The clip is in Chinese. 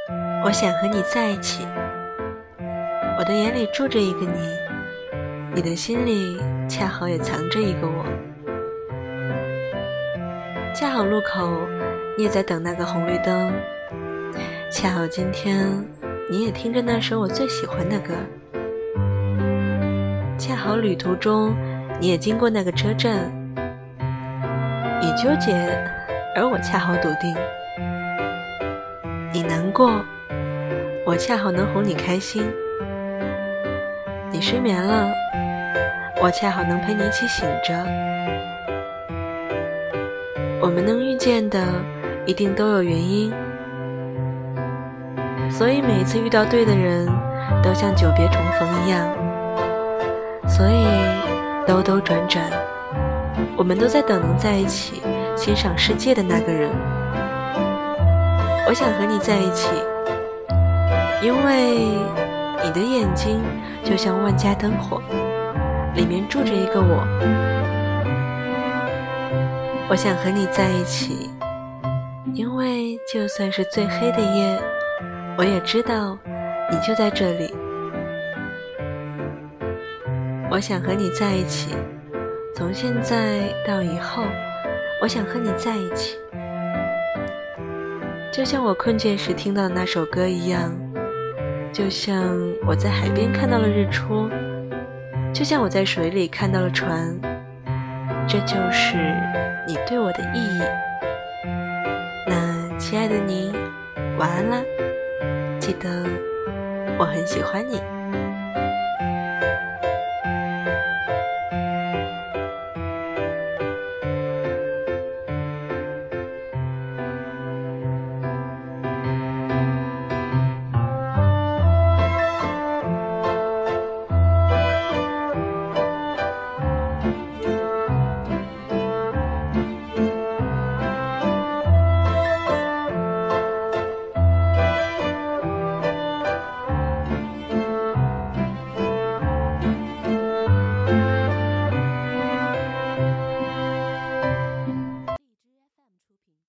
我想和你在一起。我的眼里住着一个你，你的心里恰好也藏着一个我。恰好路口你也在等那个红绿灯，恰好今天你也听着那首我最喜欢的歌，恰好旅途中你也经过那个车站。你纠结，而我恰好笃定。你难过，我恰好能哄你开心。你失眠了，我恰好能陪你一起醒着。我们能遇见的一定都有原因，所以每一次遇到对的人都像久别重逢一样，所以兜兜转转我们都在等能在一起欣赏世界的那个人。我想和你在一起，因为你的眼睛就像万家灯火，里面住着一个我。我想和你在一起，因为就算是最黑的夜，我也知道你就在这里。我想和你在一起，从现在到以后，我想和你在一起。就像我困倦时听到的那首歌一样，就像我在海边看到了日出，就像我在水里看到了船，这就是你对我的意义。那亲爱的你，晚安啦，记得我很喜欢你。